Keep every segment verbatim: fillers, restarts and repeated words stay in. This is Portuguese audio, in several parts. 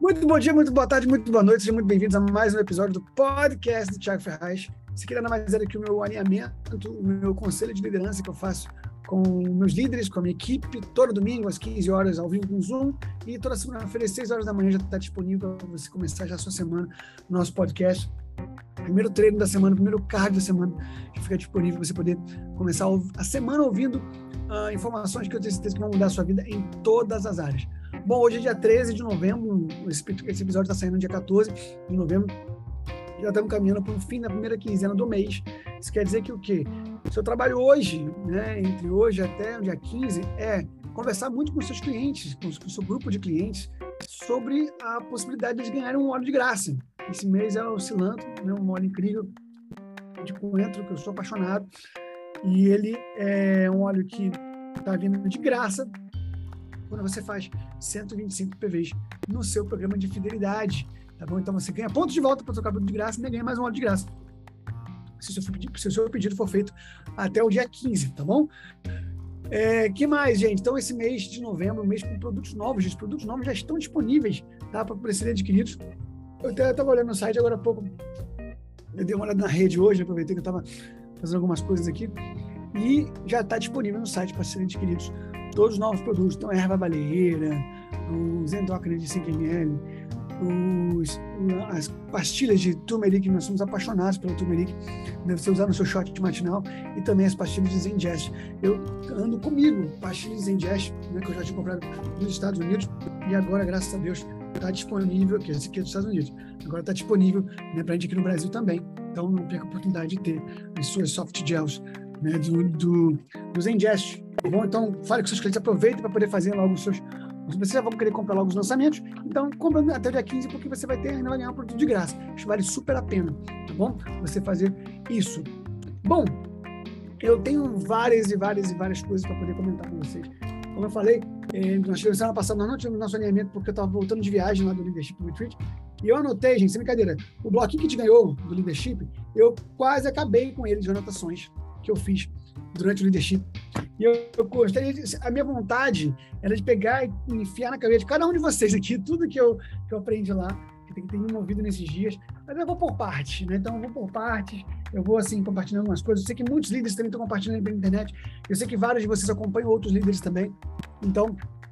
Muito bom dia, muito boa tarde, muito boa noite, sejam muito bem-vindos a mais um episódio do podcast do Thiago Ferraz. Esse aqui nada mais era que o meu alinhamento, o meu conselho de liderança que eu faço com meus líderes, com a minha equipe, todo domingo às quinze horas ao vivo no Zoom, e toda segunda-feira às seis horas da manhã já está disponível para você começar já a sua semana no nosso podcast. Primeiro treino da semana, primeiro cardio da semana, que fica disponível para você poder começar a semana ouvindo uh, informações que eu tenho certeza que vão mudar a sua vida em todas as áreas. Bom, hoje é dia treze de novembro, esse, esse episódio está saindo no dia quatorze de novembro, já estamos caminhando para o fim da primeira quinzena do mês. Isso quer dizer que o quê? O seu trabalho hoje, né, entre hoje até o dia quinze, é conversar muito com os seus clientes, com o seu grupo de clientes, sobre a possibilidade de ganhar um óleo de graça. Esse mês é o cilantro, né, um óleo incrível de coentro, que eu sou apaixonado, e ele é um óleo que está vindo de graça quando você faz cento e vinte e cinco P Vs no seu programa de fidelidade, tá bom? Então você ganha pontos de volta para o seu cabelo de graça e ainda ganha mais um óleo de graça, se o seu pedido, se o seu pedido for feito até o dia quinze, tá bom? É, que mais, gente? Então, esse mês de novembro, um mês com produtos novos, os produtos novos já estão disponíveis, tá? Para serem adquiridos. Eu até estava olhando no site agora há pouco, eu dei uma olhada na rede hoje, aproveitei que eu estava fazendo algumas coisas aqui, e já está disponível no site para serem adquiridos todos os novos produtos. Então, a erva baleeira, os endócrinos de cinco mililitros, os, as pastilhas de turmeric, nós somos apaixonados pelo turmeric, deve ser usado no seu shot matinal, e também as pastilhas de Zengest. Eu ando comigo, pastilhas de Zengest, né, que eu já tinha comprado nos Estados Unidos, e agora, graças a Deus, está disponível, que esse aqui é dos Estados Unidos, agora está disponível, né, para a gente aqui no Brasil também. Então, não perca a oportunidade de ter as suas soft gels, né, do, do, do Zengest. Tá bom? Então, fale com seus clientes, aproveitem para poder fazer logo os seus. Vocês já vão querer comprar logo os lançamentos, então compra até o dia quinze, porque você vai ter, ainda vai ganhar um produto de graça. Acho que vale super a pena, tá bom? Você fazer isso. Bom, eu tenho várias e várias e várias coisas para poder comentar com vocês. Como eu falei, eh, nós tivemos semana passada, nós não tivemos nosso alinhamento porque eu estava voltando de viagem lá do Leadership Retreat, e eu anotei, gente, sem brincadeira, o bloquinho que a gente ganhou do Leadership, eu quase acabei com ele de anotações que eu fiz durante o Leadership. E eu, eu gostaria, de, a minha vontade era de pegar e enfiar na cabeça de cada um de vocês aqui, tudo que eu, que eu aprendi lá, que tem que ter me movido nesses dias, mas eu vou por partes, né? Então eu vou por partes, eu vou assim, compartilhando algumas coisas. Eu sei que muitos líderes também estão compartilhando pela internet, eu sei que vários de vocês acompanham outros líderes também, então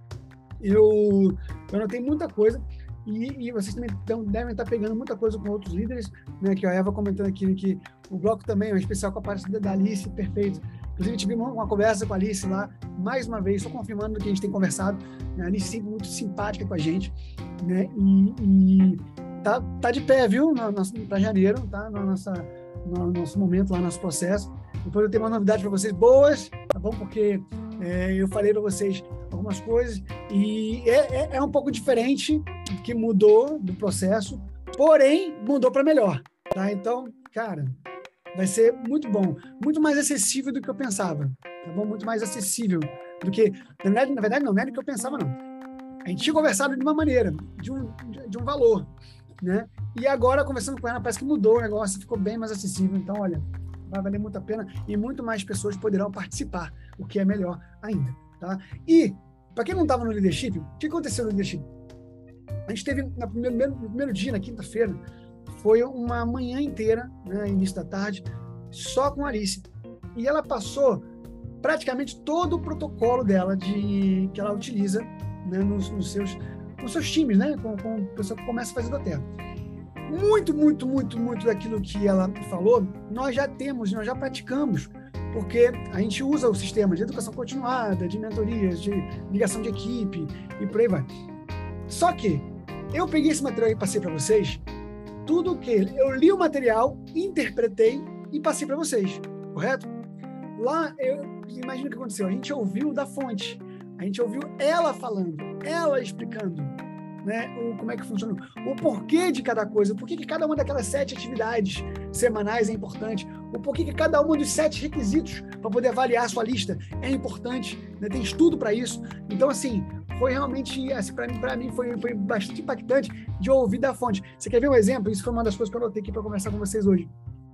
eu, eu anotei muita coisa, e, e vocês também tão, devem estar pegando muita coisa com outros líderes, né? Que a Eva comentando aqui, né, que o bloco também é um especial com a parte da Alice, perfeito. Inclusive, tive uma, uma conversa com a Alice lá, mais uma vez, só confirmando o que a gente tem conversado, né? A Alice sempre muito simpática com a gente, né? E, e tá, tá de pé, viu? Para janeiro, tá? No, nossa, no nosso momento lá, nosso processo. Depois eu tenho uma novidade para vocês boas, tá bom? Porque é, eu falei para vocês algumas coisas e é, é, é um pouco diferente, que mudou do processo, porém mudou para melhor, tá? Então, cara, vai ser muito bom, muito mais acessível do que eu pensava, tá bom? Muito mais acessível do que, na verdade, na verdade não, não é do que eu pensava, não. A gente tinha conversado de uma maneira, de um, de um valor, né? E agora, conversando com ela, parece que mudou o negócio, ficou bem mais acessível. Então, olha, vai valer muito a pena e muito mais pessoas poderão participar, o que é melhor ainda, tá? E, para quem não estava no Leadership, o que aconteceu no Leadership? A gente teve, no primeiro, no primeiro dia, na quinta-feira, foi uma manhã inteira, né, início da tarde, só com a Alice. E ela passou praticamente todo o protocolo dela, de, que ela utiliza, né, nos, nos, seus, nos seus times, né, com, com o pessoal que começa a fazer da Terra. Muito, muito, muito, muito daquilo que ela falou, nós já temos, nós já praticamos, porque a gente usa o sistema de educação continuada, de mentorias, de ligação de equipe e por aí vai. Só que eu peguei esse material e passei para vocês, tudo que eu li o material, interpretei e passei para vocês, correto? Lá, eu imagino o que aconteceu, a gente ouviu da fonte, a gente ouviu ela falando, ela explicando, né, o, como é que funciona, o porquê de cada coisa, o porquê que cada uma daquelas sete atividades semanais é importante, o porquê que cada um dos sete requisitos para poder avaliar a sua lista é importante, né, tem estudo para isso. Então, assim, foi realmente, assim, para mim, para mim foi, foi bastante impactante de ouvir da fonte. Você quer ver um exemplo? Isso foi uma das coisas que eu anotei aqui para conversar com vocês hoje.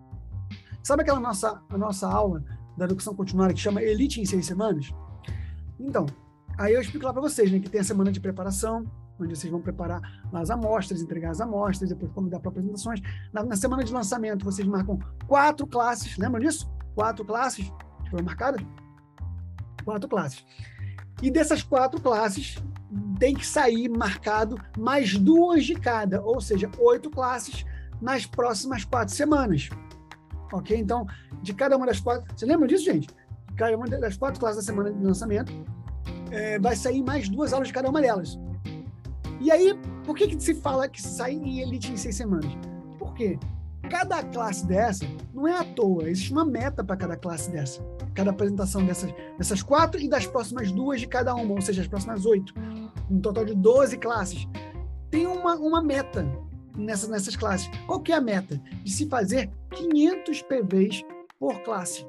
Sabe aquela nossa, a nossa aula da educação continuada que chama Elite em seis semanas? Então, aí eu explico lá para vocês, né, que tem a semana de preparação, onde vocês vão preparar lá as amostras, entregar as amostras, depois convidar para apresentações. Na, na semana de lançamento, vocês marcam quatro classes, lembra disso? Quatro classes que foram marcadas? Quatro classes. E dessas quatro classes, tem que sair marcado mais duas de cada, ou seja, oito classes nas próximas quatro semanas. Ok? Então, de cada uma das quatro... Você lembra disso, gente? De cada uma das quatro classes da semana de lançamento, é, vai sair mais duas aulas de cada uma delas. E aí, por que, que se fala que sai em Elite em seis semanas? Por quê? Cada classe dessa não é à toa, existe uma meta para cada classe dessa. Cada apresentação dessas, dessas quatro e das próximas duas de cada uma, ou seja, as próximas oito. Um total de doze classes. Tem uma, uma meta nessas, nessas classes. Qual que é a meta? De se fazer quinhentos P Vs por classe.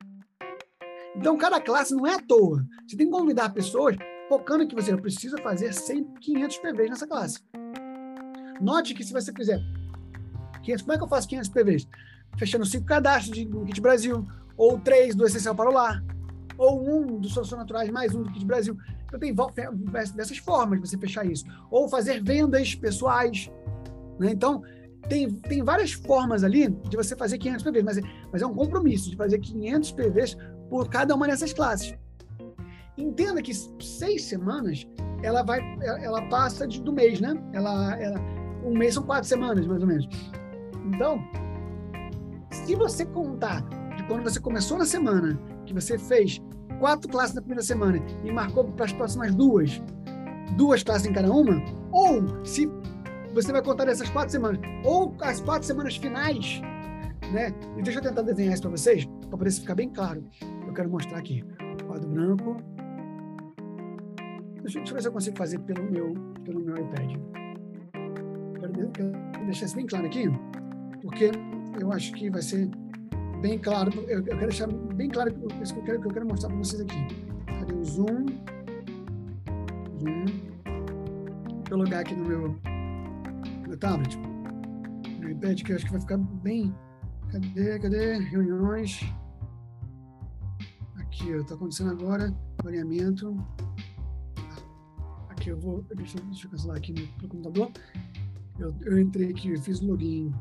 Então, cada classe não é à toa. Você tem que convidar pessoas focando que você precisa fazer cem, quinhentos P Vs nessa classe. Note que se você fizer quinhentos, como é que eu faço quinhentos P Vs? Fechando cinco cadastros de, do Kit Brasil, ou três do Essencial para o Lar, ou um dos Soluções Naturais, mais um do Kit Brasil. Então, tem dessas formas de você fechar isso. Ou fazer vendas pessoais. Né? Então, tem, tem várias formas ali de você fazer quinhentos P Vs, mas é, mas é um compromisso de fazer quinhentos P Vs por cada uma dessas classes. Entenda que seis semanas, ela, vai, ela passa de, do mês, né? Ela, ela, um mês são quatro semanas, mais ou menos. Então, se você contar de quando você começou na semana, que você fez quatro classes na primeira semana e marcou para as próximas duas, duas classes em cada uma, ou se você vai contar essas quatro semanas, ou as quatro semanas finais, né? E deixa eu tentar desenhar isso para vocês, para poder ficar bem claro. Eu quero mostrar aqui. Quadro branco. Deixa, deixa eu ver se eu consigo fazer pelo meu, pelo meu iPad. Quero, quero deixar isso bem claro aqui, porque eu acho que vai ser bem claro. Eu, eu quero deixar bem claro isso que eu quero, que eu quero mostrar para vocês aqui. Cadê o zoom? Zoom. Deixa eu logar aqui no meu, meu tablet, no iPad, que eu acho que vai ficar bem... Cadê, cadê? Reuniões. Aqui, está acontecendo agora. Alinhamento. Aqui eu vou... Deixa, deixa eu cancelar aqui no, no computador. Eu, eu entrei aqui, eu fiz o login.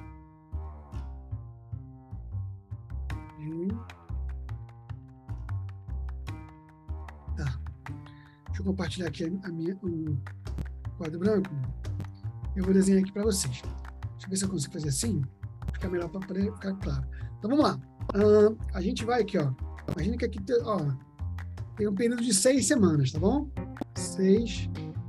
Tá. Deixa eu compartilhar aqui a, a minha, o quadro branco. Eu vou desenhar aqui para vocês. Deixa eu ver se eu consigo fazer assim. Fica melhor para poder ficar claro. Então, vamos lá. Uh, a gente vai aqui, ó. Imagina que aqui ó, tem um período de seis semanas, tá bom? Seis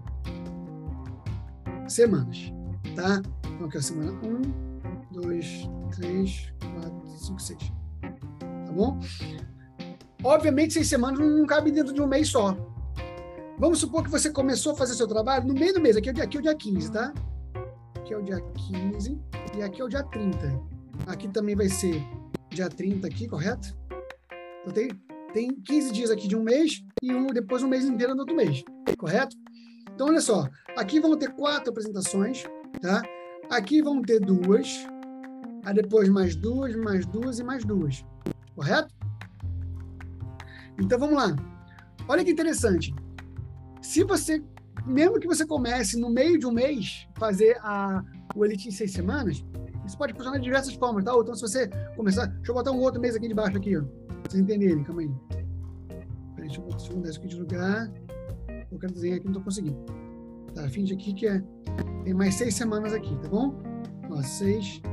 semanas, tá? Então, aqui é a semana um, dois, três, quatro, cinco, seis. Tá bom? Obviamente, seis semanas não cabe dentro de um mês só. Vamos supor que você começou a fazer seu trabalho no meio do mês. Aqui é o dia, aqui é o dia quinze, tá? Aqui é o dia quinze e aqui é o dia trinta. Aqui também vai ser dia trinta aqui, correto? Então tem, tem quinze dias aqui de um mês e um, depois um mês inteiro no outro mês, correto? Então, olha só, aqui vão ter quatro apresentações, tá? Aqui vão ter duas, aí depois mais duas, mais duas e mais duas, correto? Então, vamos lá. Olha que interessante. Se você, mesmo que você comece no meio de um mês, fazer a, o Elite em seis semanas, isso pode funcionar de diversas formas, tá? Então, se você começar... Deixa eu botar um outro mês aqui de baixo, aqui, ó. Pra vocês entenderem, calma aí. Peraí, deixa eu, deixa eu mudar isso aqui de lugar. Eu quero desenhar aqui, não tô conseguindo. Tá, finge aqui que é... Tem mais seis semanas aqui, tá bom? Ó, seis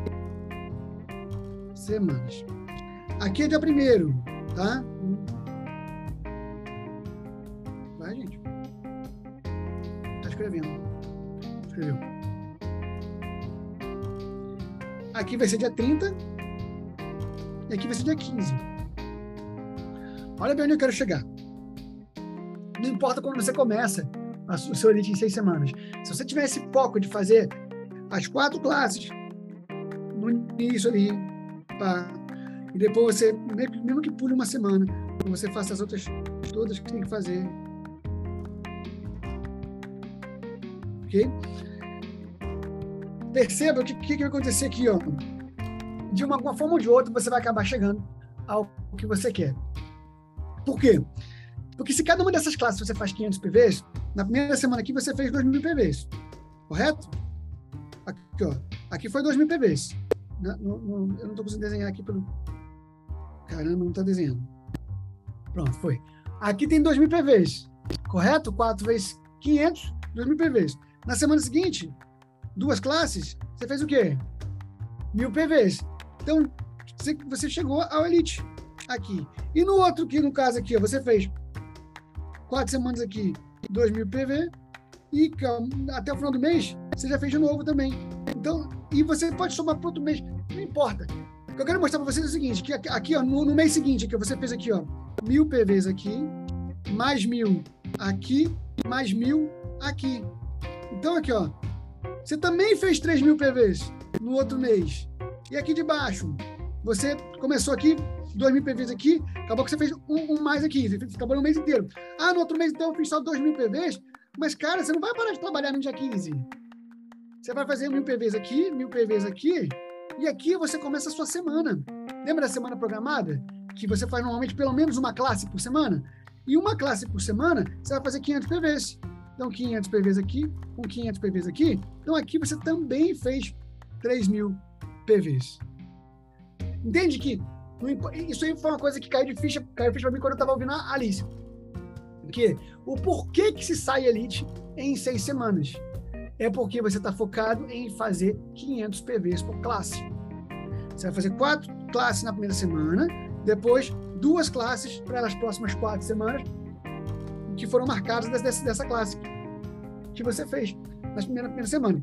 semanas. Aqui é dia primeiro, tá? Vai, gente. Tá escrevendo. Escreveu. Aqui vai ser dia trinta e aqui vai ser dia quinze. Olha bem onde eu quero chegar. Não importa quando você começa o seu Elite em seis semanas. Se você tiver esse foco de fazer as quatro classes no início ali, pá, e depois você, mesmo que pule uma semana, você faça as outras todas que tem que fazer. Ok? Perceba o que, que, que vai acontecer aqui, ó. De uma, uma forma ou de outra, você vai acabar chegando ao que você quer. Por quê? Porque se cada uma dessas classes você faz quinhentos P Vs, na primeira semana aqui você fez dois mil P Vs, correto? Aqui, ó. Aqui foi dois mil P Vs. Não, não, não, eu não estou conseguindo desenhar aqui pelo... Caramba, não está desenhando. Pronto, foi. Aqui tem dois mil P Vs, correto? quatro vezes quinhentos, dois mil P Vs. Na semana seguinte, duas classes, você fez o quê? mil P Vs. Então, você chegou ao Elite aqui. E no outro, que no caso aqui, ó, você fez quatro semanas aqui, dois mil P V, e até o final do mês, você já fez de novo também. Então, e você pode somar para outro mês, não importa. O que eu quero mostrar para vocês é o seguinte, que aqui, ó, no, no mês seguinte, que você fez aqui, ó, mil P Vs aqui, mais mil aqui, mais mil aqui. Então, aqui, ó, você também fez três mil P Vs no outro mês. E aqui de baixo, você começou aqui, dois mil P Vs aqui, acabou que você fez um, um mais aqui, você trabalhou o mês inteiro. Ah, no outro mês, então, eu fiz só dois mil P Vs, mas, cara, você não vai parar de trabalhar no dia quinze. Você vai fazer mil P Vs aqui, mil P Vs aqui, e aqui você começa a sua semana. Lembra da semana programada? Que você faz normalmente pelo menos uma classe por semana? E uma classe por semana, você vai fazer quinhentos P Vs. Então, quinhentos P Vs aqui, com quinhentos P Vs aqui. Então, aqui você também fez três mil P Vs. Entende que isso aí foi uma coisa que caiu de ficha, caiu de ficha para mim quando eu estava ouvindo a Alice. Porque o porquê que se sai Elite em seis semanas? É porque você está focado em fazer quinhentos P Vs por classe. Você vai fazer quatro classes na primeira semana, depois duas classes para as próximas quatro semanas que foram marcadas dessa, dessa classe que você fez na primeira, primeira semana.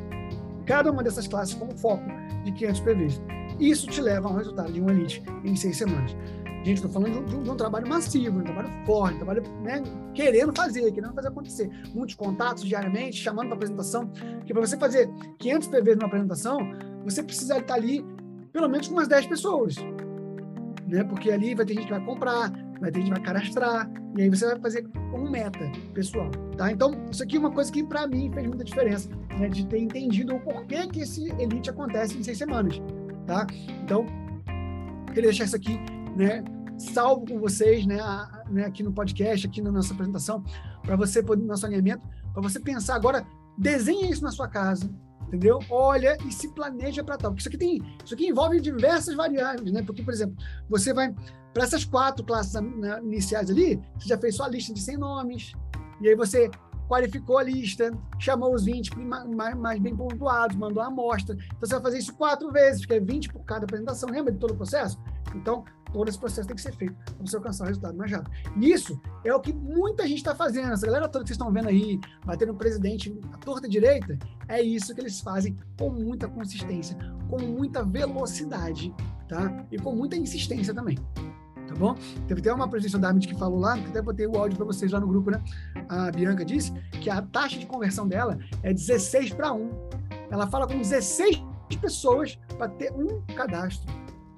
Cada uma dessas classes com foco de quinhentos P Vs. Isso te leva ao resultado de um Elite em seis semanas. Gente, estou falando de um, de um trabalho massivo, um trabalho forte, um trabalho, né, querendo fazer, querendo fazer acontecer. Muitos contatos diariamente, chamando para apresentação, porque para você fazer quinhentos P Vs numa apresentação, você precisa estar ali pelo menos com umas dez pessoas. Né? Porque ali vai ter gente que vai comprar, vai ter gente que vai cadastrar, e aí você vai fazer um meta pessoal. Tá? Então, isso aqui é uma coisa que para mim fez muita diferença, né? De ter entendido o porquê que esse Elite acontece em seis semanas. Tá? Então, queria deixar isso aqui, né, salvo com vocês, né, a, né, aqui no podcast, aqui na nossa apresentação, para você poder, no nosso alinhamento, para você pensar agora, desenha isso na sua casa, entendeu? Olha e se planeja para tal. Porque isso aqui tem, isso aqui envolve diversas variáveis, né? Porque, por exemplo, você vai para essas quatro classes, né, iniciais ali, você já fez sua lista de cem nomes, e aí você qualificou a lista, chamou os vinte mais, mais bem pontuados, mandou a amostra. Então, você vai fazer isso quatro vezes, porque é vinte por cada apresentação. Lembra de todo o processo? Então, todo esse processo tem que ser feito para você alcançar o resultado mais rápido. E isso é o que muita gente está fazendo. Essa galera toda que vocês estão vendo aí, batendo no presidente à torta direita, é isso que eles fazem com muita consistência, com muita velocidade, tá? E com muita insistência também. Tá bom? Teve até uma apresentação da Amit que falou lá, que até botei o áudio para vocês lá no grupo, né? A Bianca disse que a taxa de conversão dela é dezesseis para um. Ela fala com dezesseis pessoas para ter um cadastro.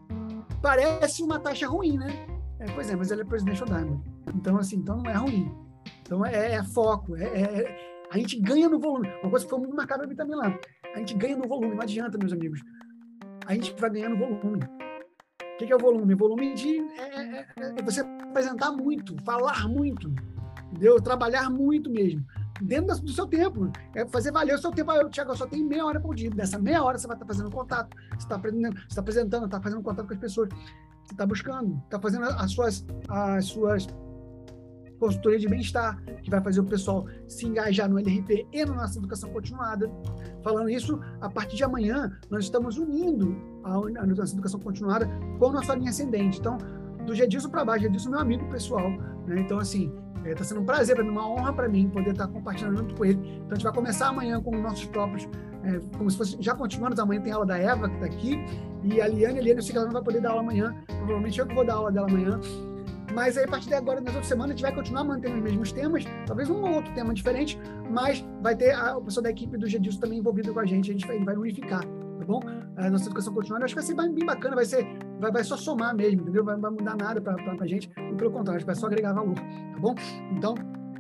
Parece uma taxa ruim, né? É, pois é, mas ela é Presidential Diamond. Então, assim, então não é ruim. Então, é, é foco. É, é, a gente ganha no volume. Uma coisa que foi muito marcada para mim também lá. A gente ganha no volume. Não adianta, meus amigos. A gente vai ganhar no volume. O que é o volume? O volume de é, é, é você apresentar muito, falar muito, entendeu? Trabalhar muito mesmo, dentro do seu tempo, é fazer valer o seu tempo. Eu, Thiago, eu só tenho meia hora por dia. Nessa meia hora você vai estar fazendo contato, você está aprendendo, você está apresentando, está fazendo contato com as pessoas, você está buscando, está fazendo as suas, as suas consultoria de bem-estar, que vai fazer o pessoal se engajar no L R P e na nossa educação continuada. Falando isso, a partir de amanhã, nós estamos unindo a, a nossa educação continuada com a nossa linha ascendente. Então, do Gedilson para baixo, Gedilson é meu amigo pessoal, né? Então, assim, está é, sendo um prazer para mim, uma honra para mim poder estar compartilhando junto com ele. Então, a gente vai começar amanhã com os nossos próprios, é, como se fosse, já continuando, amanhã tem aula da Eva, que está aqui, e a Liane, a Liane, eu sei que ela não vai poder dar aula amanhã, provavelmente eu que vou dar aula dela amanhã. Mas aí, a partir de agora, nas outras semanas, a gente vai continuar mantendo os mesmos temas, talvez um ou outro tema diferente, mas vai ter a, o pessoal da equipe do Gedilson também envolvido com a gente, a gente vai, vai unificar, tá bom? A nossa educação continuada, acho que vai ser bem, bem bacana, vai, ser, vai, vai só somar mesmo, entendeu? Vai, vai mudar nada para a gente, e pelo contrário, vai só agregar valor, tá bom? Então,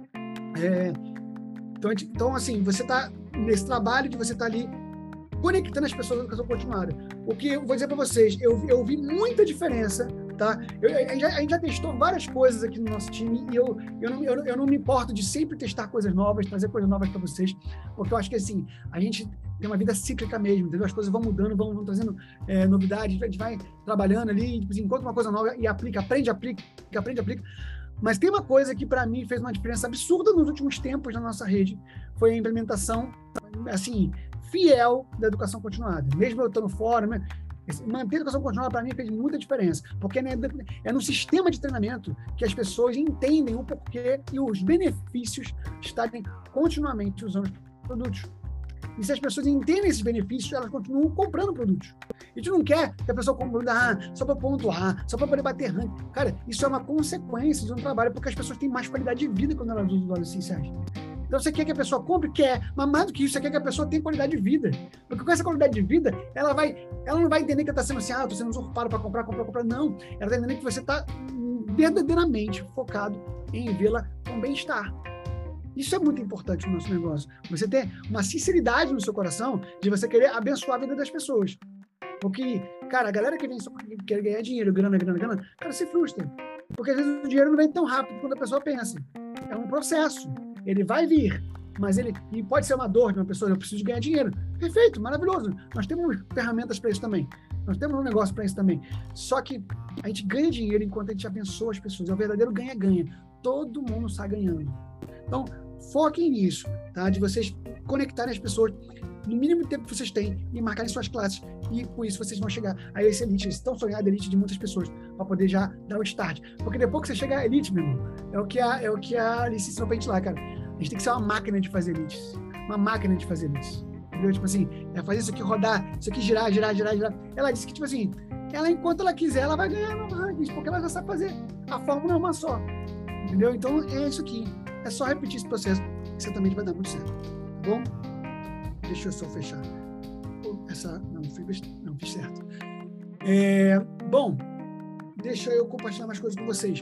é, então, então assim, você está nesse trabalho de você estar tá ali conectando as pessoas na educação continuada. O que eu vou dizer para vocês, eu, eu vi muita diferença tá? Eu, a, gente já, a gente já testou várias coisas aqui no nosso time e eu, eu, não, eu, eu não me importo de sempre testar coisas novas, trazer coisas novas para vocês, porque eu acho que, assim, a gente tem uma vida cíclica mesmo, entendeu? As coisas vão mudando, vão, vão trazendo é, novidades, a gente vai trabalhando ali, tipo assim, encontra uma coisa nova e aplica, aprende, aplica, aprende, aplica. Mas tem uma coisa que, para mim, fez uma diferença absurda nos últimos tempos na nossa rede, foi a implementação, assim, fiel da educação continuada. Mesmo eu estando fora, né? Manter a educação continuada, para mim, fez muita diferença, porque né, é no sistema de treinamento que as pessoas entendem o porquê e os benefícios de estarem continuamente usando os produtos. E se as pessoas entendem esses benefícios, elas continuam comprando produtos. A gente não quer que a pessoa compre ah, só para pontuar, só para poder bater ranking. Cara, isso é uma consequência de um trabalho, porque as pessoas têm mais qualidade de vida quando elas usam os óleos essenciais. Então, você quer que a pessoa compre? Quer. Mas mais do que isso, você quer que a pessoa tenha qualidade de vida. Porque com essa qualidade de vida, ela, vai, ela não vai entender que ela está sendo assim, ah, estou sendo usurpado para comprar, comprar, comprar. Não. Ela está entendendo que você está verdadeiramente focado em vê-la com bem-estar. Isso é muito importante no nosso negócio. Você ter uma sinceridade no seu coração de você querer abençoar a vida das pessoas. Porque, cara, a galera que vem só quer ganhar dinheiro, grana, grana, grana, cara, se frustra. Porque às vezes o dinheiro não vem tão rápido quanto a pessoa pensa. É um processo. Ele vai vir, mas ele e pode ser uma dor de uma pessoa, eu preciso de ganhar dinheiro. Perfeito, maravilhoso. Nós temos ferramentas para isso também. Nós temos um negócio para isso também. Só que a gente ganha dinheiro enquanto a gente abençoa as pessoas. É o verdadeiro ganha-ganha. Todo mundo sai ganhando. Então, foquem nisso, tá? De vocês conectarem as pessoas no mínimo tempo que vocês têm e marcarem suas classes. E com isso vocês vão chegar a esse elite, esse tão sonhado elite de muitas pessoas, para poder já dar o start. Porque depois que você chegar a elite, meu irmão, é o que a, é o que a Alice ensinou pra gente lá, cara. A gente tem que ser uma máquina de fazer elites. Uma máquina de fazer elites. Entendeu? Tipo assim, é fazer isso aqui rodar, isso aqui girar, girar, girar, girar. Ela disse que, tipo assim, ela, enquanto ela quiser, ela vai ganhar no ranking, porque ela já sabe fazer. A fórmula é uma só. Entendeu? Então, é isso aqui. É só repetir esse processo, que você também vai dar muito certo. Tá bom? Deixa eu só fechar. Essa, não, fiz, não, fiz certo. É, bom, deixa eu compartilhar mais coisas com vocês.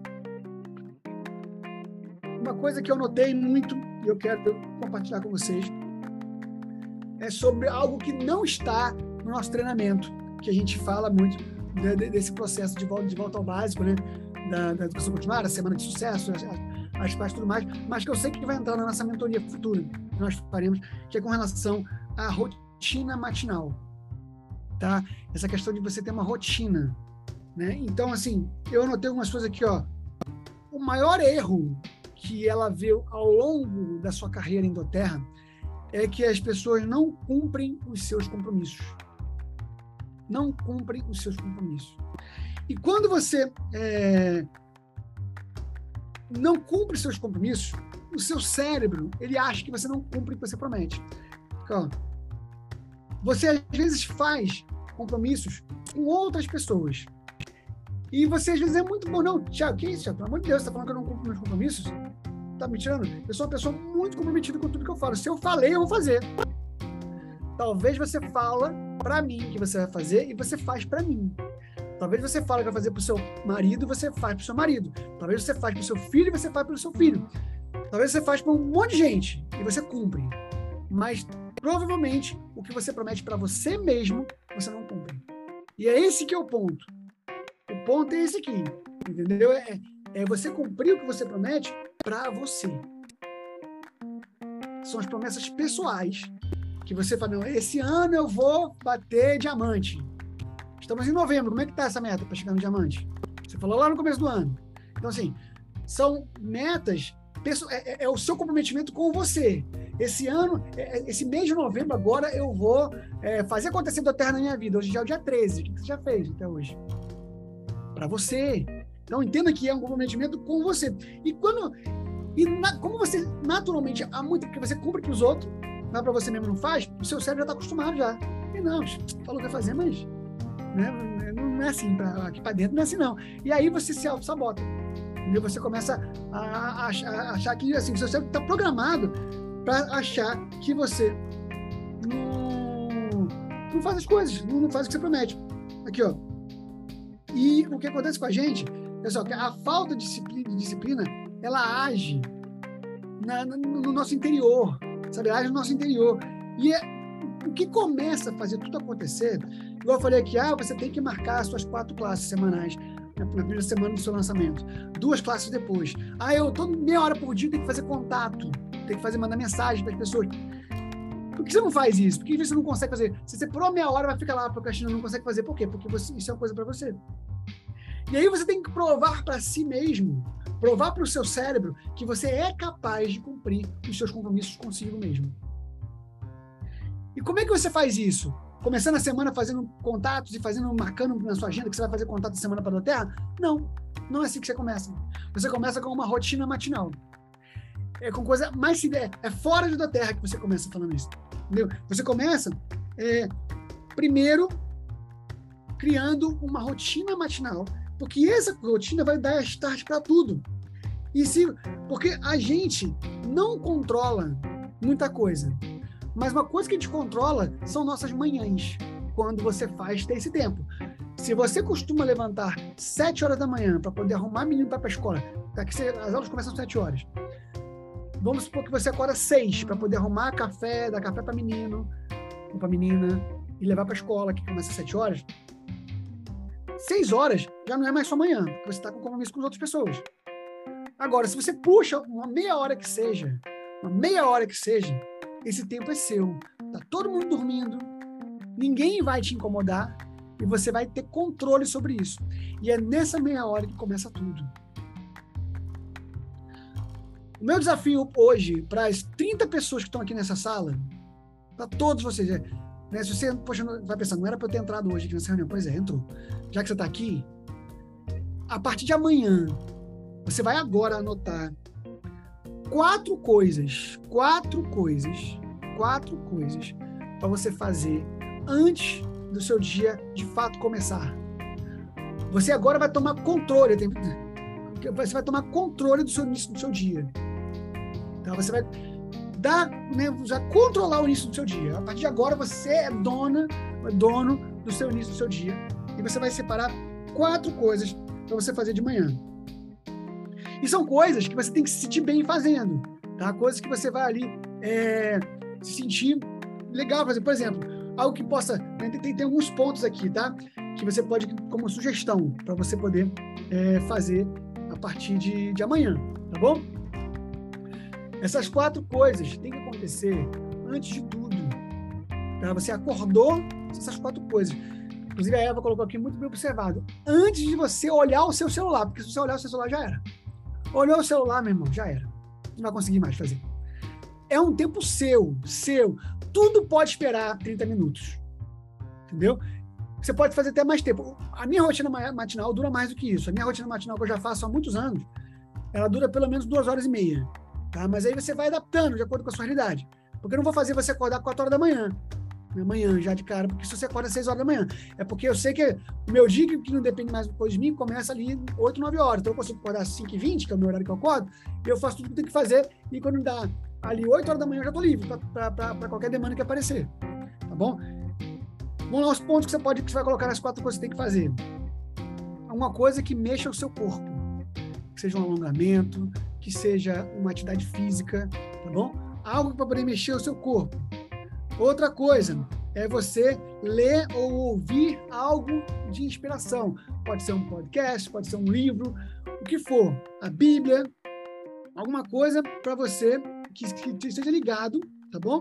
Uma coisa que eu notei muito, e eu quero compartilhar com vocês, é sobre algo que não está no nosso treinamento, que a gente fala muito de, de, desse processo de volta, de volta ao básico, né? Da, da educação continuada, a semana de sucesso, as, as partes e tudo mais, mas que eu sei que vai entrar na nossa mentoria futura, que nós faremos, que é com relação à rotina matinal, tá? Essa questão de você ter uma rotina, né? Então, assim, eu anotei algumas coisas aqui, ó. O maior erro que ela viu ao longo da sua carreira em doTERRA é que as pessoas não cumprem os seus compromissos. Não cumprem os seus compromissos. E quando você é, não cumpre seus compromissos, o seu cérebro, ele acha que você não cumpre o que você promete. Então, você, às vezes, faz compromissos com outras pessoas. E você, às vezes, é muito bom. Não, Thiago, que isso, Thiago? Pelo amor de Deus, você está falando que eu não cumpro meus compromissos? Tá me tirando? Eu sou uma pessoa muito comprometida com tudo que eu falo. Se eu falei, eu vou fazer. Talvez você fala para mim que você vai fazer e você faz para mim. Talvez você fale que vai fazer para o seu marido e você faz para o seu marido. Talvez você faz para o seu filho e você faz para o seu filho. Talvez você faz para um monte de gente e você cumpre. Mas, provavelmente, o que você promete para você mesmo, você não cumpre. E é esse que é o ponto. O ponto é esse aqui, entendeu? É, é você cumprir o que você promete para você. São as promessas pessoais que você fala, não, esse ano eu vou bater diamante. Estamos em novembro, como é que tá essa meta para chegar no diamante? Você falou lá no começo do ano. Então, assim, são metas, é, é, é o seu comprometimento com você. Esse ano, é, esse mês de novembro agora, eu vou é, fazer acontecer doTERRA na minha vida. Hoje já é o dia treze. O que você já fez até hoje? Para você. Então, entenda que é um comprometimento com você. E quando... E na, como você, naturalmente, há muito que você cumpre para os outros, mas para você mesmo não faz, o seu cérebro já está acostumado já. E não, falou que vai fazer, mas... Né, não é assim, pra, aqui para dentro não é assim, não. E aí você se auto-sabota. E você começa a, a, a achar que assim, o seu cérebro está programado para achar que você não, não faz as coisas, não, não faz o que você promete. Aqui, ó. E o que acontece com a gente, pessoal, que a falta de disciplina, de disciplina ela age na, no, no nosso interior, sabe? Ela age no nosso interior. E é, o que começa a fazer tudo acontecer, igual eu falei aqui, ah, você tem que marcar as suas quatro classes semanais. na primeira semana do seu lançamento. Duas classes depois. Ah, eu tô meia hora por dia, tenho que fazer contato, tenho que fazer, mandar mensagem para as pessoas. Por que você não faz isso? Por que você não consegue fazer? Se você por uma meia hora vai ficar lá procrastinando, não consegue fazer. Por quê? Porque você, isso é uma coisa para você. E aí você tem que provar para si mesmo, provar para o seu cérebro que você é capaz de cumprir os seus compromissos consigo mesmo. E como é que você faz isso? Começando a semana fazendo contatos e fazendo, marcando na sua agenda que você vai fazer contato de semana para a Terra? Não, não é assim que você começa. Você começa com uma rotina matinal. É com coisa mais é, é fora da Terra que você começa falando isso. Entendeu? Você começa é, primeiro criando uma rotina matinal, porque essa rotina vai dar start para tudo. E se, porque a gente não controla muita coisa, mas uma coisa que a gente controla são nossas manhãs, quando você faz ter esse tempo. Se você costuma levantar sete horas da manhã para poder arrumar menino para ir para a escola, tá? Que você, as aulas começam às sete horas. Vamos supor que você acorda seis para poder arrumar café, dar café para menino ou para menina e levar para a escola, que começa às sete horas. Seis horas já não é mais sua manhã, porque você está com compromisso com as outras pessoas. Agora, se você puxa uma meia hora que seja, uma meia hora que seja, esse tempo é seu. Tá todo mundo dormindo, ninguém vai te incomodar e você vai ter controle sobre isso. E é nessa meia hora que começa tudo. O meu desafio hoje, para as trinta pessoas que estão aqui nessa sala, para todos vocês, é, né, se você poxa, vai pensar, não era para eu ter entrado hoje aqui nessa reunião. Pois é, entrou. Já que você está aqui, a partir de amanhã, você vai agora anotar quatro coisas, quatro coisas, quatro coisas para você fazer antes do seu dia de fato começar. Você agora vai tomar controle, você vai tomar controle do seu início do seu dia. Então, você vai dar, né, já controlar o início do seu dia. A partir de agora, você é dona, é dono do seu início do seu dia. E você vai separar quatro coisas para você fazer de manhã. E são coisas que você tem que se sentir bem fazendo, tá? Coisas que você vai ali é, se sentir legal fazer. Por exemplo, algo que possa... Né, tem, tem alguns pontos aqui, tá? Que você pode, como sugestão, para você poder é, fazer a partir de, de amanhã, tá bom? Essas quatro coisas têm que acontecer antes de tudo, tá? Você acordou, essas quatro coisas. Inclusive, a Eva colocou aqui muito bem observado. Antes de você olhar o seu celular, porque se você olhar o seu celular, já era. Olhou o celular, meu irmão, já era. Não vai conseguir mais fazer. É um tempo seu, seu. Tudo pode esperar trinta minutos. Entendeu? Você pode fazer até mais tempo. A minha rotina matinal dura mais do que isso. A minha rotina matinal que eu já faço há muitos anos, ela dura pelo menos duas horas e meia. Tá? Mas aí você vai adaptando de acordo com a sua realidade. Porque eu não vou fazer você acordar quatro horas da manhã. Amanhã, já de cara, porque se você acorda às seis horas da manhã, é porque eu sei que o meu dia, que não depende mais coisa de mim, começa ali oito, nove horas. Então eu consigo acordar às cinco e vinte, que é o meu horário que eu acordo, e eu faço tudo que eu tenho que fazer, e quando dá ali oito horas da manhã, eu já estou livre para qualquer demanda que aparecer. Tá bom? Vamos lá, os pontos que você pode, que você vai colocar nas quatro coisas que você tem que fazer. Uma coisa que mexa o seu corpo, que seja um alongamento, que seja uma atividade física, tá bom? Algo para poder mexer o seu corpo. Outra coisa é você ler ou ouvir algo de inspiração. Pode ser um podcast, pode ser um livro, o que for. A Bíblia, alguma coisa para você que, que esteja ligado, tá bom?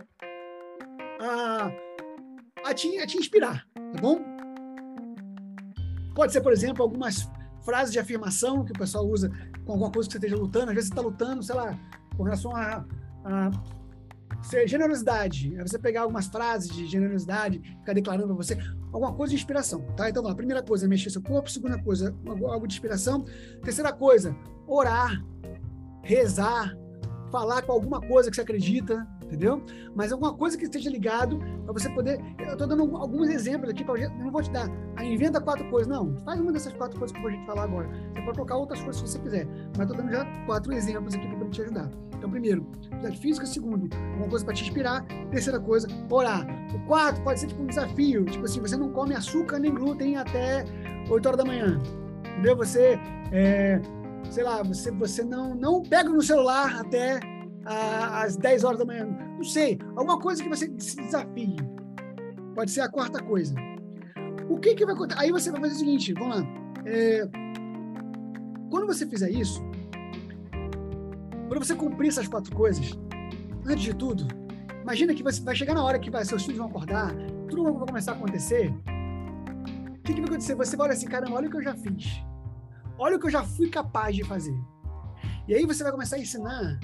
A, a, te, a te inspirar, tá bom? Pode ser, por exemplo, algumas frases de afirmação que o pessoal usa com alguma coisa que você esteja lutando. Às vezes você está lutando, sei lá, com relação a... a generosidade, é você pegar algumas frases de generosidade, ficar declarando para você alguma coisa de inspiração, tá? Então, a primeira coisa é mexer seu corpo, segunda coisa, algo de inspiração, terceira coisa, orar, rezar, falar com alguma coisa que você acredita, entendeu? Mas alguma coisa que esteja ligado para você poder... Eu estou dando alguns exemplos aqui, pra, eu não vou te dar, aí inventa quatro coisas, não, faz uma dessas quatro coisas que eu vou te falar agora. Você pode colocar outras coisas se você quiser, mas estou dando já quatro exemplos aqui para te ajudar. Então, primeiro, atividade física. Segundo, uma coisa para te inspirar. Terceira coisa, orar. O quarto pode ser tipo um desafio, tipo assim, você não come açúcar nem glúten até oito horas da manhã, entendeu? Você, é, sei lá, você, você não, não pega no celular até a, às dez horas da manhã. Não sei, alguma coisa que você se desafie. Pode ser a quarta coisa. O que que vai acontecer? Aí você vai fazer o seguinte, vamos lá. É, quando você fizer isso, quando você cumprir essas quatro coisas, antes de tudo, imagina que você vai chegar na hora que vai, seus filhos vão acordar, tudo vai começar a acontecer. O que, que vai acontecer? Você vai olhar assim, caramba, olha o que eu já fiz. Olha o que eu já fui capaz de fazer. E aí você vai começar a ensinar.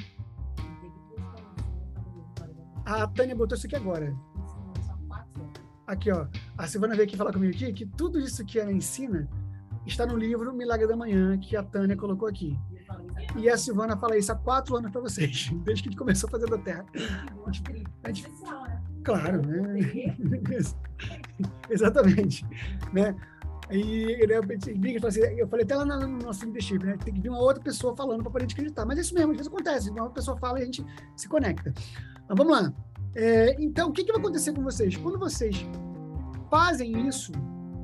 A Tânia botou isso aqui agora. Aqui, ó. A Silvana veio aqui falar comigo aqui, que tudo isso que ela ensina está no livro Milagre da Manhã, que a Tânia colocou aqui. E a Silvana fala isso há quatro anos para vocês, desde que a gente começou a fazer da Terra. A gente, a gente, claro, né? Exatamente. Né? E ele, ele, assim, eu falei até lá no nosso leadership, né? Tem que vir uma outra pessoa falando para poder acreditar. Mas isso mesmo, às vezes acontece. Uma pessoa fala e a gente se conecta. Mas vamos lá. É, então, o que, que vai acontecer com vocês? Quando vocês fazem isso,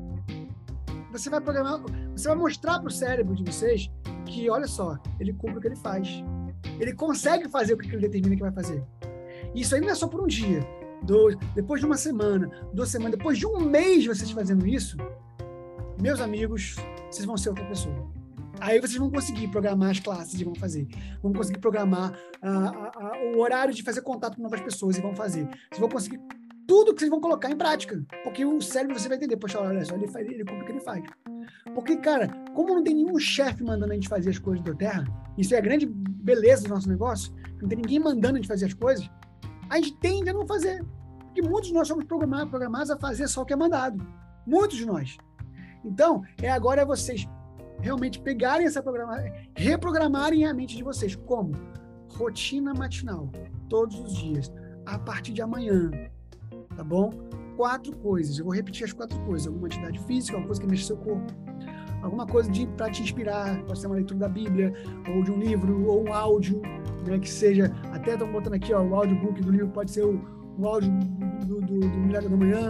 você vai programar, você vai mostrar para o cérebro de vocês que, olha só, ele cumpre o que ele faz. Ele consegue fazer o que ele determina que vai fazer. Isso aí não é só por um dia, dois, depois de uma semana, duas semanas, depois de um mês de vocês fazendo isso, meus amigos, vocês vão ser outra pessoa. Aí vocês vão conseguir programar as classes e vão fazer. Vão conseguir programar uh, uh, uh, o horário de fazer contato com novas pessoas e vão fazer. Vocês vão conseguir tudo que vocês vão colocar em prática. Porque o cérebro você vai entender. Poxa, olha só, ele, faz, ele cumpre o que ele faz. Porque, cara, como não tem nenhum chefe mandando a gente fazer as coisas da Terra, isso é a grande beleza do nosso negócio, não tem ninguém mandando a gente fazer as coisas, a gente tende a não fazer. Porque muitos de nós somos programados, programados a fazer só o que é mandado. Muitos de nós. Então, é agora é vocês realmente pegarem essa programação, reprogramarem a mente de vocês. Como? Rotina matinal, todos os dias, a partir de amanhã, tá bom? Quatro coisas, eu vou repetir as quatro coisas, alguma atividade física, alguma coisa que mexe seu corpo, alguma coisa para te inspirar, pode ser uma leitura da Bíblia, ou de um livro, ou um áudio, né, que seja, até estão botando aqui, ó, o audiobook do livro, pode ser o, o áudio do, do, do Milagre da Manhã.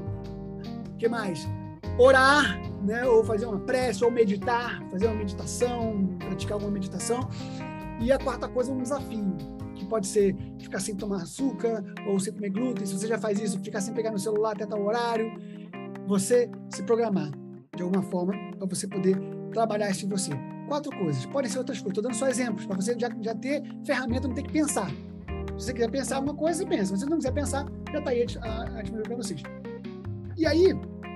O que mais? Orar, né, ou fazer uma prece, ou meditar, fazer uma meditação, praticar alguma meditação. E a quarta coisa é um desafio, que pode ser ficar sem tomar açúcar, ou sem comer glúten. Se você já faz isso, ficar sem pegar no celular até tal horário, você se programar de alguma forma para você poder trabalhar isso em você. Quatro coisas, podem ser outras coisas, estou dando só exemplos, para você já, já ter ferramenta, não ter que pensar. Se você quiser pensar uma coisa, você pensa. Se você não quiser pensar, já está aí a disponível para vocês. E aí,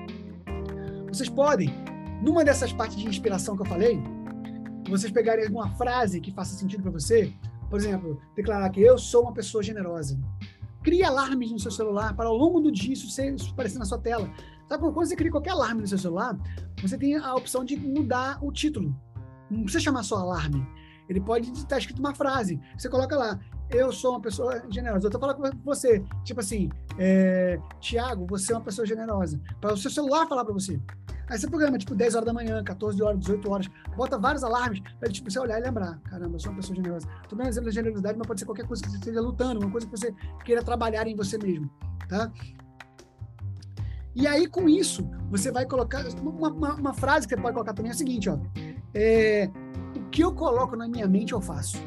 vocês podem, numa dessas partes de inspiração que eu falei, vocês pegarem alguma frase que faça sentido para você, por exemplo, declarar que eu sou uma pessoa generosa. Crie alarmes no seu celular para ao longo do dia isso, ser, isso aparecer na sua tela. Sabe, quando você cria qualquer alarme no seu celular, você tem a opção de mudar o título. Não precisa chamar só alarme. Ele pode estar escrito uma frase. Você coloca lá, eu sou uma pessoa generosa. Eu estou falando com você, tipo assim, é, Tiago, você é uma pessoa generosa. Para o seu celular falar para você. Aí você programa, tipo, dez horas da manhã, catorze horas, dezoito horas, bota vários alarmes para tipo, você olhar e lembrar. Caramba, eu sou uma pessoa generosa. Estou dando exemplo de generosidade, mas pode ser qualquer coisa que você esteja lutando, uma coisa que você queira trabalhar em você mesmo, tá? E aí, com isso, você vai colocar... Uma, uma, uma frase que você pode colocar também é a seguinte, ó. É, o que eu coloco na minha mente, eu faço.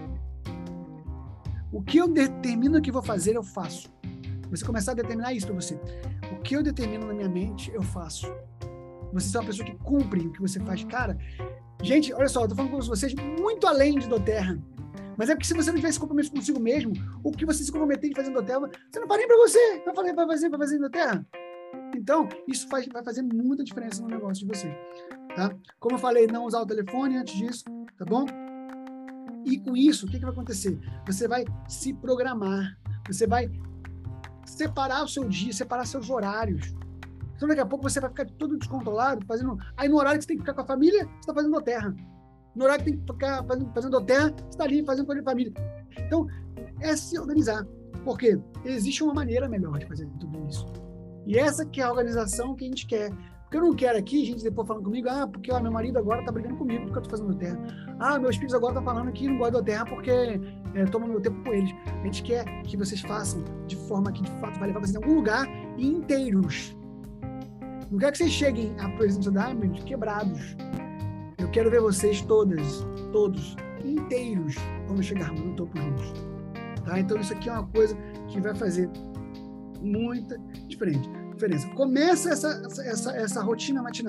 O que eu determino que vou fazer, eu faço. Você começar a determinar isso para você. O que eu determino na minha mente, eu faço. Você é uma pessoa que cumpre o que você faz. Cara, gente, olha só, eu tô falando com vocês muito além de doTERRA. Mas é porque se você não tivesse compromisso consigo mesmo, o que você se comprometer de fazer em doTERRA, você não faria para você. Vai fazer, vai fazer, vai fazer em doTERRA. Então, isso faz, vai fazer muita diferença no negócio de você. Tá? Como eu falei, não usar o telefone antes disso, tá bom? E com isso, o que, que vai acontecer? Você vai se programar. Você vai separar o seu dia, separar seus horários. Então, daqui a pouco você vai ficar todo descontrolado, fazendo... Aí, no horário que você tem que ficar com a família, você está fazendo doTERRA. No horário que tem que ficar fazendo, fazendo doTERRA, você está ali fazendo coisa de família. Então, é se organizar. Porque existe uma maneira melhor de fazer tudo isso. E essa que é a organização que a gente quer. Porque eu não quero aqui, gente, depois falando comigo, ah, porque ó, meu marido agora está brigando comigo porque eu estou fazendo doTERRA. Ah, meus filhos agora estão falando que não gostam de doTERRA porque é, tomam meu tempo com eles. A gente quer que vocês façam de forma que, de fato, vai levar vocês em algum lugar e inteiros. Não quero que vocês cheguem à presença da Diamond quebrados. Eu quero ver vocês todas, todos, inteiros, quando chegarmos no topo juntos. Tá? Então, isso aqui é uma coisa que vai fazer muita diferença. diferença. Começa essa, essa, essa rotina matinal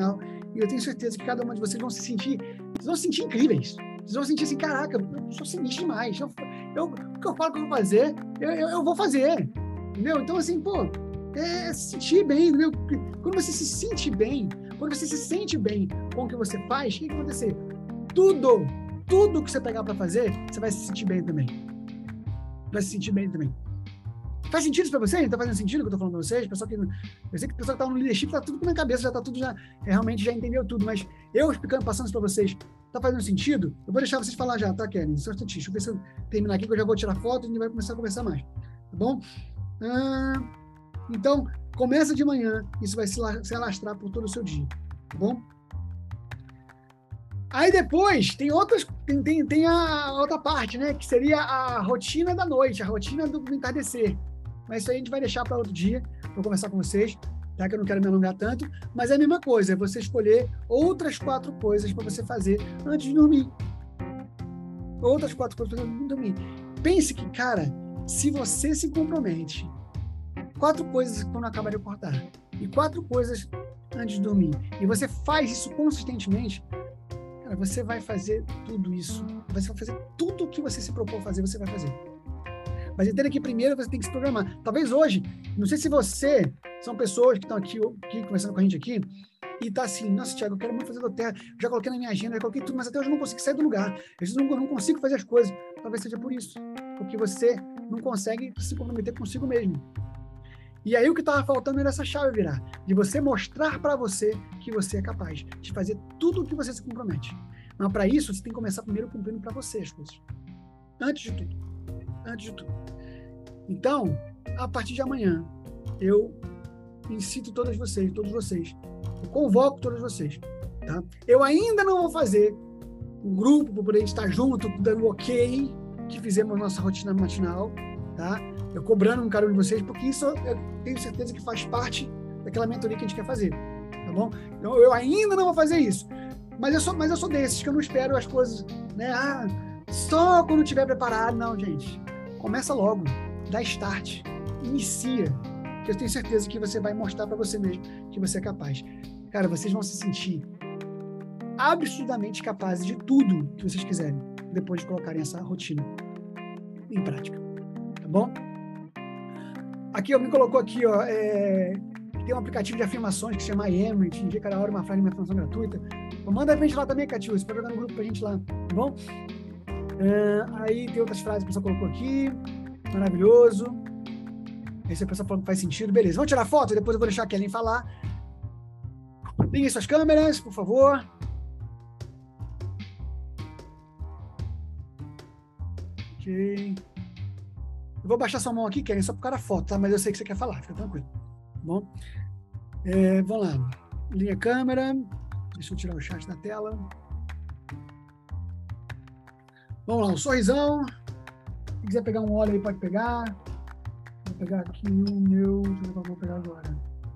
E eu tenho certeza que cada uma de vocês vão se sentir, vocês vão se sentir incríveis. Vocês vão sentir assim, caraca, eu sou sinistro demais. Eu, eu, o que eu falo que eu vou fazer, eu, eu, eu vou fazer. Entendeu? Então, assim, pô, é se sentir bem, entendeu? Quando você se sente bem, quando você se sente bem com o que você faz, o que vai acontecer? Tudo, tudo que você pegar para fazer, você vai se sentir bem também. Vai se sentir bem também. Faz sentido isso para vocês? Tá fazendo sentido o que eu tô falando para vocês? Pessoal que, eu sei que o pessoal que tá no leadership tá tudo na cabeça, já tá tudo, já realmente já entendeu tudo, mas eu explicando, passando isso para vocês, tá fazendo sentido? Eu vou deixar vocês falar já, tá, Kelly? Só um instantinho, deixa eu ver se eu terminar aqui, que eu já vou tirar foto e a gente vai começar a conversar mais, tá bom? Ah, então, começa de manhã, isso vai se, se alastrar por todo o seu dia, tá bom? Aí depois tem outras, tem, tem, tem a outra parte, né? Que seria a rotina da noite, a rotina do entardecer. Mas isso aí a gente vai deixar para outro dia, para conversar com vocês, tá? Que eu não quero me alongar tanto. Mas é a mesma coisa, é você escolher outras quatro coisas para você fazer antes de dormir. Outras quatro coisas para você dormir. Pense que, cara, se você se compromete, quatro coisas quando acabar de acordar, e quatro coisas antes de dormir, e você faz isso consistentemente, cara, você vai fazer tudo isso. Você vai fazer tudo o que você se propôs fazer, você vai fazer. Mas entenda que primeiro você tem que se programar. Talvez hoje, não sei se você, são pessoas que estão aqui, aqui conversando com a gente aqui, e tá assim, nossa, Thiago, eu quero muito fazer do terra, já coloquei na minha agenda, já coloquei tudo, mas até hoje eu não consigo sair do lugar. Eu não, não consigo fazer as coisas. Talvez seja por isso. Porque você não consegue se comprometer consigo mesmo. E aí o que estava faltando era essa chave virar, de você mostrar para você que você é capaz de fazer tudo o que você se compromete. Mas para isso, você tem que começar primeiro cumprindo para você as coisas. Antes de tudo. Antes de tudo. Então, a partir de amanhã, eu incito todas vocês, todos vocês, eu convoco todos vocês, tá? Eu ainda não vou fazer um grupo para poder estar junto, dando ok, que fizemos nossa rotina matinal, tá? Eu cobrando um carinho de vocês, porque isso eu tenho certeza que faz parte daquela mentoria que a gente quer fazer, tá bom? Então, eu ainda não vou fazer isso, mas eu sou, mas eu sou desses que eu não espero as coisas, né? Ah, só quando estiver preparado. Não, gente. Começa logo, dá start, inicia, que eu tenho certeza que você vai mostrar para você mesmo que você é capaz. Cara, vocês vão se sentir absurdamente capazes de tudo que vocês quiserem, depois de colocarem essa rotina em prática, tá bom? Aqui, eu me colocou aqui, ó, é, tem um aplicativo de afirmações que se chama I Am, a gente indica cada hora uma frase de uma afirmação gratuita. Então, manda pra gente lá também, Catiúcia, você pode jogar no grupo pra gente lá, tá bom? É, aí tem outras frases que a pessoa colocou aqui, maravilhoso. Esse a pessoa falou que faz sentido, beleza. Vamos tirar foto, depois eu vou deixar a Kelly falar. Liguem suas câmeras, por favor. Ok. Eu vou baixar sua mão aqui, Kelly, só por causa da foto, tá? Mas eu sei que você quer falar, fica tranquilo. Tá bom? É, vamos lá. Linha câmera. Deixa eu tirar o chat da tela. Vamos lá, um sorrisão. Se quiser pegar um óleo aí, pode pegar. Vou pegar aqui o meu... Deixa eu ver qual eu vou pegar agora.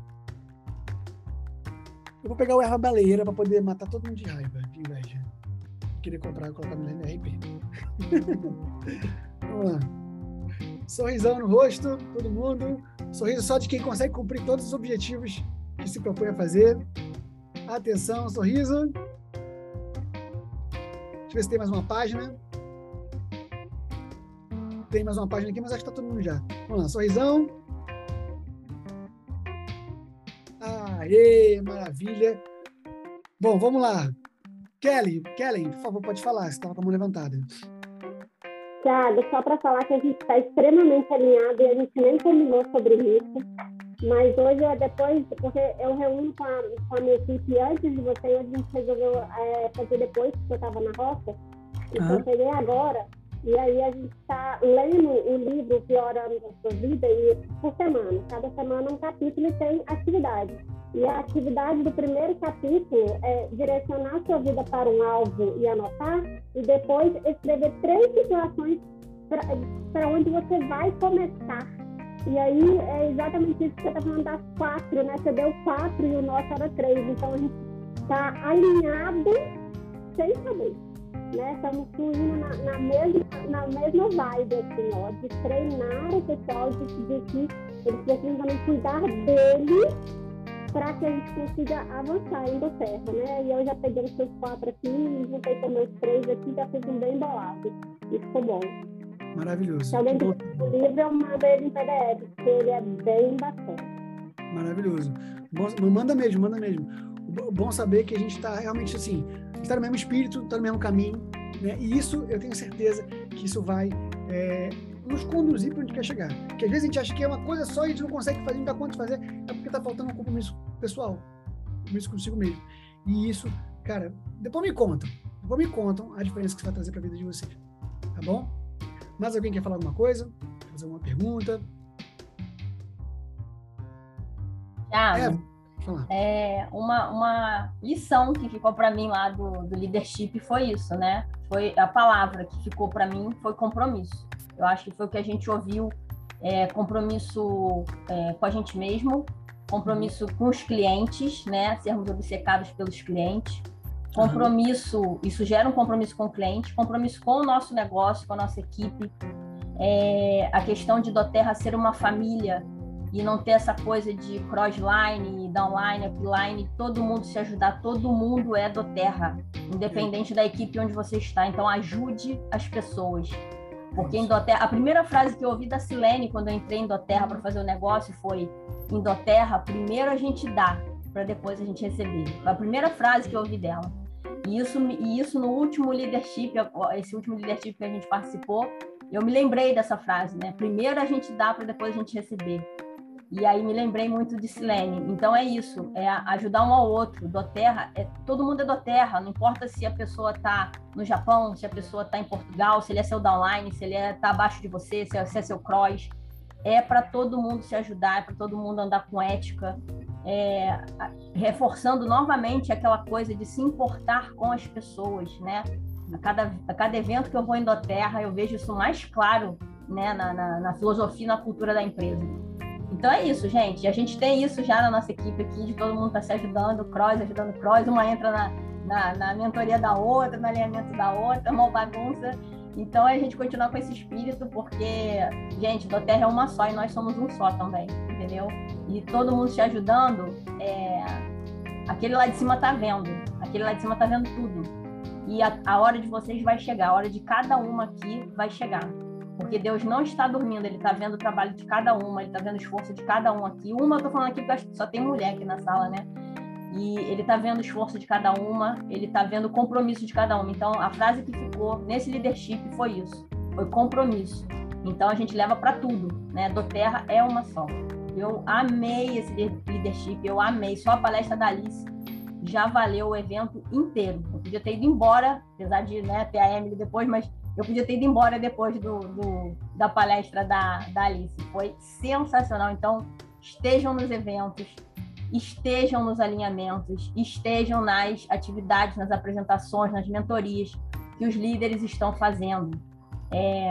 Eu vou pegar o erva baleeira para poder matar todo mundo de raiva, de inveja. Queria comprar e colocar no R P. Vamos lá. Sorrisão no rosto, todo mundo. Sorriso só de quem consegue cumprir todos os objetivos que se propõe a fazer. Atenção, sorriso. Deixa eu ver se tem mais uma página. Tem mais uma página aqui, mas acho que tá todo mundo já. Vamos lá, sorrisão. Aê, maravilha. Bom, vamos lá. Kelly, Kelly, por favor, pode falar, você estava com a mão levantada. Thiago, só para falar que a gente está extremamente alinhado e a gente nem combinou sobre isso, mas hoje é depois, porque eu reúno com a, com a minha equipe antes de você, e a gente resolveu é, fazer depois, porque eu estava na roça, então uhum. eu cheguei agora, e aí a gente está lendo o livro Piorando a Sua Vida e, por semana, cada semana um capítulo e tem atividade. E a atividade do primeiro capítulo é direcionar a sua vida para um alvo e anotar, e depois escrever três situações para onde você vai começar. E aí é exatamente isso que você está falando das quatro, né? Você deu quatro e o nosso era três. Então a gente está alinhado sem saber, né? Estamos fluindo na, na, mesma, na mesma vibe, assim, ó, de treinar o pessoal, de, de que eles precisam também cuidar dele para que a gente consiga avançar em doTERRA, né? E eu já peguei os seus quatro aqui, juntei com meus três aqui, já fiz um bem bolado. E ficou bom. Maravilhoso. Se alguém quiser o livro, eu mando ele em P D F, porque ele é bem bacana. Maravilhoso. Bom, manda mesmo, manda mesmo. Bom saber que a gente está realmente assim, está no mesmo espírito, está no mesmo caminho, né? E isso, eu tenho certeza que isso vai é, nos conduzir para onde quer chegar. Porque às vezes a gente acha que é uma coisa só e a gente não consegue fazer, não dá conta de fazer, é porque está faltando um compromisso pessoal, um compromisso consigo mesmo. E isso, cara, depois me contam, depois me contam a diferença que isso vai trazer para a vida de vocês, tá bom? Mais alguém quer falar alguma coisa? Quer fazer alguma pergunta? Thiago, é, é, uma, uma lição que ficou para mim lá do, do leadership foi isso, né? Foi a palavra que ficou para mim foi compromisso. Eu acho que foi o que a gente ouviu, é, compromisso é, com a gente mesmo, compromisso com os clientes, né? Sermos obcecados pelos clientes, compromisso, isso gera um compromisso com o cliente, compromisso com o nosso negócio, com a nossa equipe, é, a questão de doTERRA ser uma família e não ter essa coisa de crossline, downline, upline, todo mundo se ajudar, todo mundo é doTERRA, independente da equipe onde você está. Então, ajude as pessoas. Porque em doTERRA, a primeira frase que eu ouvi da Silene quando eu entrei em doTERRA para fazer o negócio foi: em doTERRA, primeiro a gente dá, para depois a gente receber. Foi a primeira frase que eu ouvi dela. E isso, e isso no último leadership, esse último leadership que a gente participou, eu me lembrei dessa frase, né? Primeiro a gente dá, para depois a gente receber. E aí me lembrei muito de Silene. Então é isso, é ajudar um ao outro. doTERRA, é, todo mundo é doTERRA, não importa se a pessoa está no Japão, se a pessoa está em Portugal, se ele é seu downline, se ele está é, tá abaixo de você, se é, se é seu cross. É para todo mundo se ajudar, é para todo mundo andar com ética, é, reforçando novamente aquela coisa de se importar com as pessoas, né? A cada, a cada evento que eu vou em doTERRA, eu vejo isso mais claro, né, na, na, na filosofia e na cultura da empresa. Então é isso, gente. A gente tem isso já na nossa equipe aqui, de todo mundo tá se ajudando, cross ajudando cross, uma entra na, na, na mentoria da outra, no alinhamento da outra, uma bagunça. Então a gente continua com esse espírito, porque, gente, doTERRA é uma só e nós somos um só também, entendeu? E todo mundo se ajudando, é... aquele lá de cima tá vendo, aquele lá de cima tá vendo tudo. E a, a hora de vocês vai chegar, a hora de cada uma aqui vai chegar. Porque Deus não está dormindo, Ele está vendo o trabalho de cada uma, Ele está vendo o esforço de cada um aqui. Uma, eu estou falando aqui porque só tem mulher aqui na sala, né? E Ele está vendo o esforço de cada uma, Ele está vendo o compromisso de cada uma. Então, a frase que ficou nesse leadership foi isso, foi compromisso. Então, a gente leva para tudo, né? doTERRA é uma só. Eu amei esse leadership, eu amei. Só a palestra da Alice já valeu o evento inteiro. Eu podia ter ido embora, apesar de, né, ter a Emily depois, mas eu podia ter ido embora depois do, do, da palestra da, da Alice. Foi sensacional. Então, estejam nos eventos, estejam nos alinhamentos, estejam nas atividades, nas apresentações, nas mentorias que os líderes estão fazendo. É...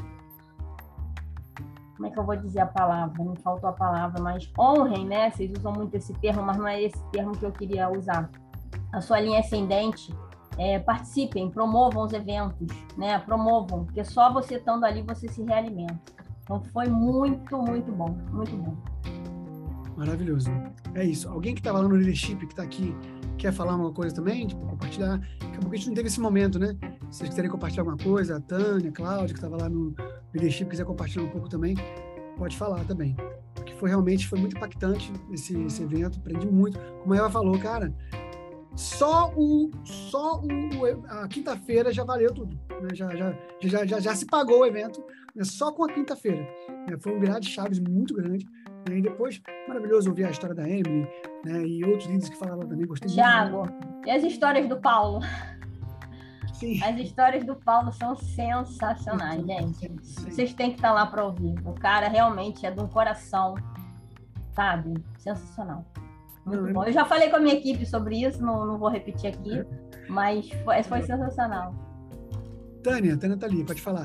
Como é que eu vou dizer a palavra? Me faltou a palavra, mas honrem, né? Vocês usam muito esse termo, mas não é esse termo que eu queria usar. A sua linha ascendente. É, participem, promovam os eventos, né? Promovam, porque só você estando ali você se realimenta. Então foi muito, muito bom, muito bom. Maravilhoso. É isso. Alguém que estava lá no leadership, que está aqui, quer falar uma coisa também? Tipo, compartilhar. Acabou que a gente não teve esse momento, né? Se vocês quiserem compartilhar alguma coisa, a Tânia, a Cláudia, que estava lá no leadership, quiser compartilhar um pouco também, pode falar também. Porque foi realmente, foi muito impactante esse, esse evento, aprendi muito. Como a Eva falou, cara, só o só o, a quinta-feira já valeu tudo, né? já, já, já, já, já se pagou o evento, né? Só com a quinta-feira, né? Foi um virado de chaves muito grande, né? E depois, maravilhoso ouvir a história da Emily, né? E outros líderes que falavam também, gostei Thiago, muito. E as histórias do Paulo? Sim. As histórias do Paulo são sensacionais, gente. Vocês têm que estar lá para ouvir. O cara realmente é de um coração, sabe? Sensacional. Muito não, bom. Eu já falei com a minha equipe sobre isso, não, não vou repetir aqui, mas foi, foi sensacional. Tânia, Tânia tá ali, pode falar.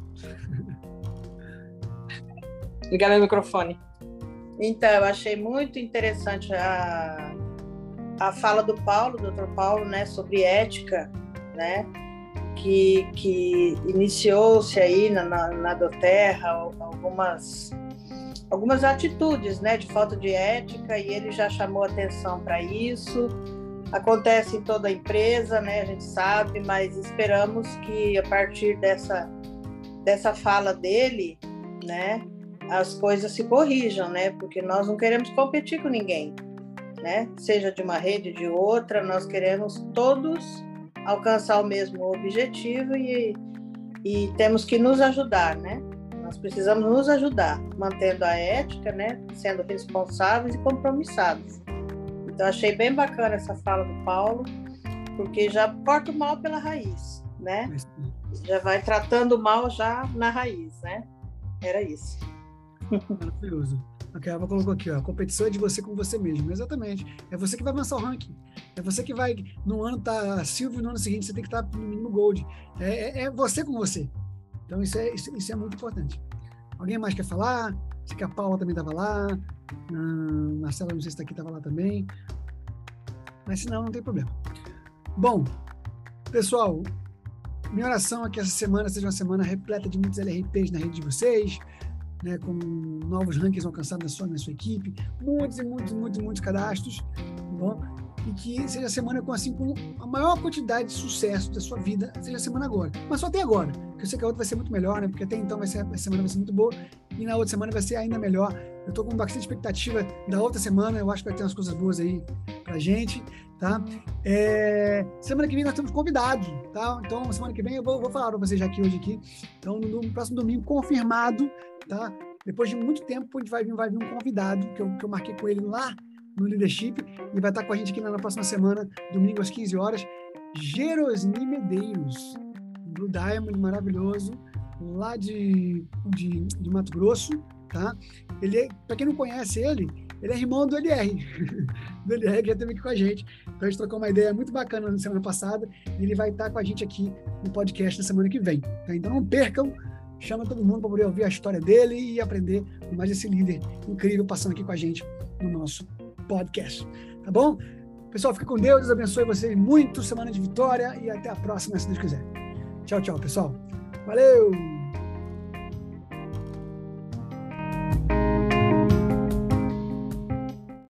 Ligar meu microfone. Então, eu achei muito interessante a, a fala do Paulo, doutor Paulo, né, sobre ética, né, que, que iniciou-se aí na, na, na doTERRA algumas, algumas atitudes, né, de falta de ética, e ele já chamou atenção para isso. Acontece em toda a empresa, né, a gente sabe, mas esperamos que a partir dessa, dessa fala dele, né, as coisas se corrijam, né, porque nós não queremos competir com ninguém, né, seja de uma rede, de outra, nós queremos todos alcançar o mesmo objetivo e, e temos que nos ajudar, né, nós precisamos nos ajudar, mantendo a ética, né, sendo responsáveis e compromissados. Então, achei bem bacana essa fala do Paulo, porque já corta o mal pela raiz, né? Já vai tratando o mal já na raiz, né? Era isso. Maravilhoso. A Eva colocou aqui, ó, a competição é de você com você mesmo. Exatamente. É você que vai avançar o ranking. É você que vai, no ano tá Silvio, no ano seguinte você tem que estar no mínimo Gold. É, é, é você com você. Então, isso é, isso, isso é muito importante. Alguém mais quer falar? Sei que a Paula também estava lá. Hum, Marcela, não sei se está aqui, estava lá também. Mas se não, não tem problema. Bom, pessoal, minha oração é que essa semana seja uma semana repleta de muitos L R Ps na rede de vocês, né, com novos rankings alcançados na sua, na sua equipe, muitos e muitos, muitos, muitos cadastros, tá bom? E que seja a semana com, assim, com a maior quantidade de sucesso da sua vida, seja a semana agora. Mas só até agora, porque eu sei que a outra vai ser muito melhor, né? Porque até então vai ser, a semana vai ser muito boa, e na outra semana vai ser ainda melhor. Eu tô com bastante expectativa da outra semana, eu acho que vai ter umas coisas boas aí pra gente, tá? É, semana que vem nós temos convidados, tá? Então, semana que vem eu vou, vou falar pra vocês já aqui hoje aqui. Então, no, no próximo domingo, confirmado, tá? Depois de muito tempo, a gente vai vir, vai vir um convidado, que eu, que eu marquei com ele lá no Leadership, e vai estar com a gente aqui na, na próxima semana, domingo às quinze horas, Gerosni Medeiros, Blue Diamond, maravilhoso, lá de, de, de Mato Grosso, tá? Ele, para quem não conhece ele, ele é irmão do L R, do L R que já esteve aqui com a gente, então a gente trocou uma ideia muito bacana na semana passada, e ele vai estar com a gente aqui no podcast na semana que vem, tá? Então não percam, chama todo mundo para poder ouvir a história dele e aprender com mais esse líder incrível passando aqui com a gente no nosso podcast, tá bom? Pessoal, fica com Deus, Deus abençoe vocês muito, semana de vitória, e até a próxima, se Deus quiser. Tchau, tchau, pessoal. Valeu!